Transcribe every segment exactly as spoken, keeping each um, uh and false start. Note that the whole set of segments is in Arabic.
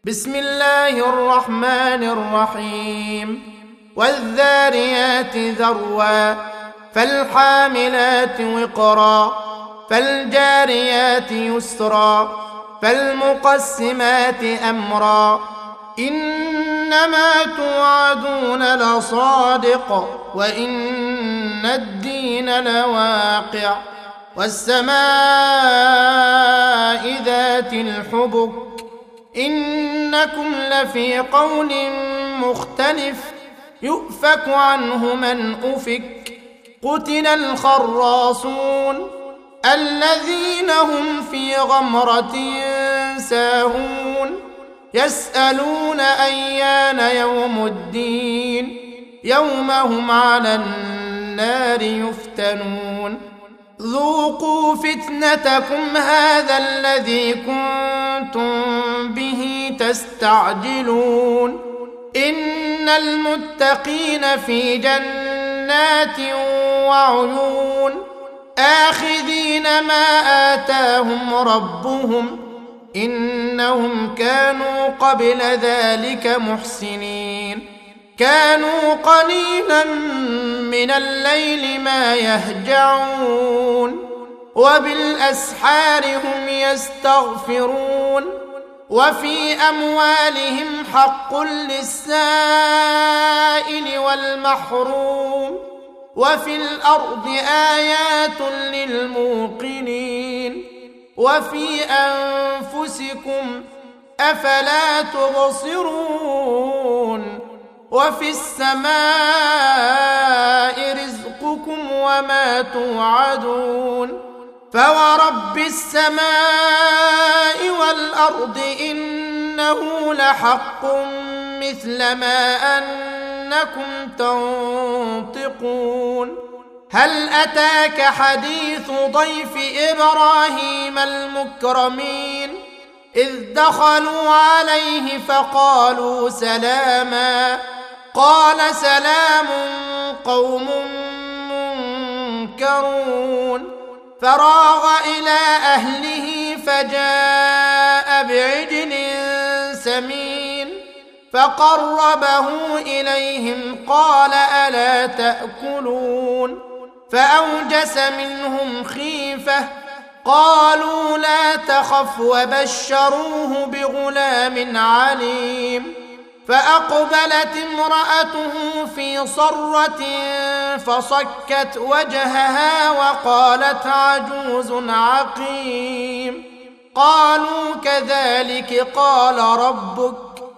بسم الله الرحمن الرحيم والذاريات ذروا فالحاملات وقرا فالجاريات يسرا فالمقسمات أمرا إنما توعدون لصادق وإن الدين لواقع والسماء ذات الحبك إنكم لفي قول مختلف يؤفك عنه من أفك قتل الخراصون الذين هم في غمرة ساهون يسألون أيان يوم الدين يوم هم على النار يفتنون ذوقوا فتنتكم هذا الذي كنتم به تستعجلون إن المتقين في جنات وعيون آخذين ما آتاهم ربهم إنهم كانوا قبل ذلك محسنين كانوا قليلا من الليل ما يهجعون وبالأسحار هم يستغفرون وفي أموالهم حق للسائل والمحروم وفي الأرض آيات للموقنين وفي أنفسكم أفلا تبصرون وفي السماء رزقكم وما توعدون فورب السماء والأرض إنه لحق مثل ما أنكم تنطقون هل أتاك حديث ضيف إبراهيم المكرمين إذ دخلوا عليه فقالوا سلاما قال سلام قوم منكرون فراغ إلى أهله فجاء بعجل سمين فقربه إليهم قال ألا تأكلون فأوجس منهم خيفة قالوا لا تخف وبشروه بغلام عليم فأقبلت امرأته في صرة فصكت وجهها وقالت عجوز عقيم قالوا كذلك قال ربك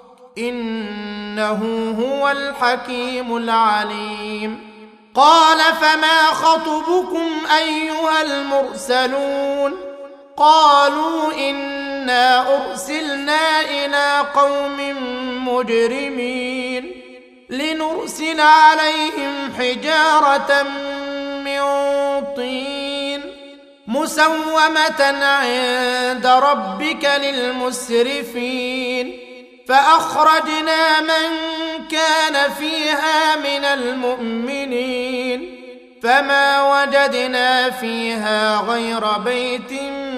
إنه هو الحكيم العليم قال فما خطبكم أيها المرسلون قالوا إنا أرسلنا إلى قوم مجرمين لنرسل عليهم حجارة من طين مسومة عند ربك للمسرفين فأخرجنا من كان فيها من المؤمنين فما وجدنا فيها غير بيت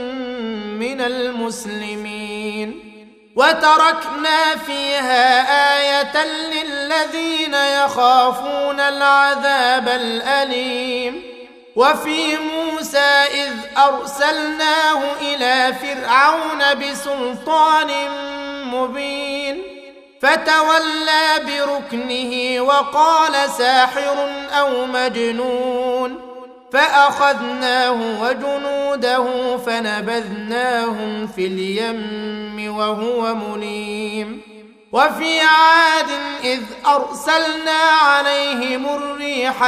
من المسلمين وتركنا فيها آية للذين يخافون العذاب الأليم وفي موسى إذ أرسلناه إلى فرعون بسلطان مبين فتولى بركنه وقال ساحر أو مجنون فأخذناه وجنوده فنبذناهم في اليم وهو مليم وفي عاد إذ أرسلنا عليهم الريح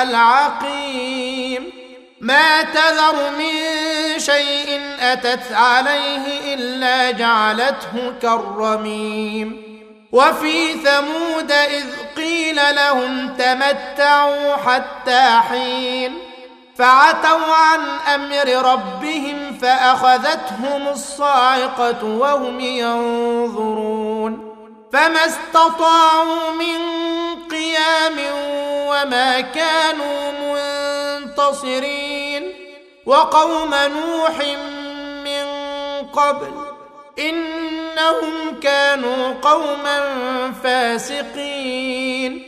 العقيم ما تذر من شيء أتت عليه إلا جعلته كالرميم وفي ثمود إذ قيل لهم تمتعوا حتى حين فعتوا عن أمر ربهم فأخذتهم الصاعقة وهم ينظرون فما استطاعوا من قيام وما كانوا منتصرين وقوم نوح من قبل إن إنهم كانوا قوما فاسقين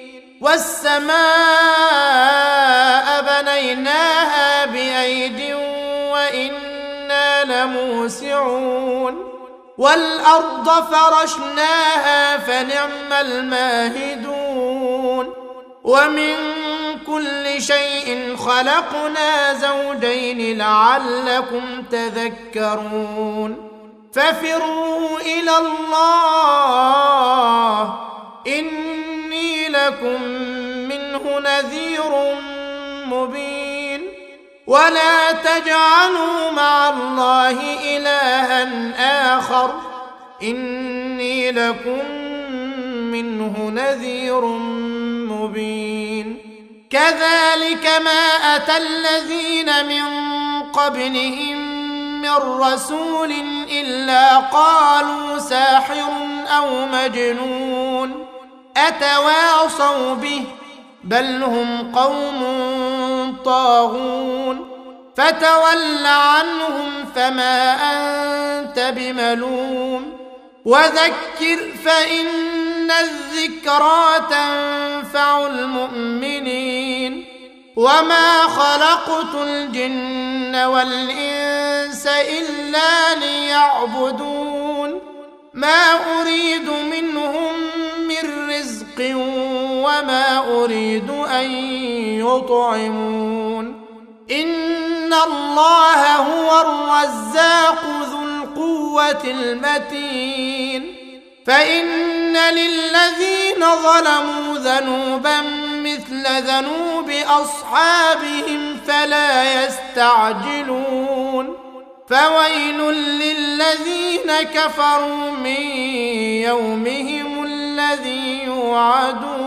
والسماء بنيناها بأيد وإنا لموسعون والأرض فرشناها فنعم الماهدون ومن كل شيء خلقنا زوجين لعلكم تذكرون ففروا إلى الله إني لكم منه نذير مبين ولا تجعلوا مع الله إلها آخر إني لكم منه نذير مبين كذلك ما أتى الذين من قبلهم من رسول إلا قالوا ساحر أو مجنون أتواصوا به بل هم قوم طاغون فتول عنهم فما أنت بملوم وذكر فإن الذكرى تنفع المؤمنين وما خلقت الجن والإنس إلا ليعبدون ما أريد منهم من رزق وما أريد أن يطعمون إن الله هو الرزاق ذو القوة المتين فإن للذين ظلموا ذنوبا مثل ذنوب أصحابهم فلا يستعجلون فويل للذين كفروا من يومهم الذي يوعدون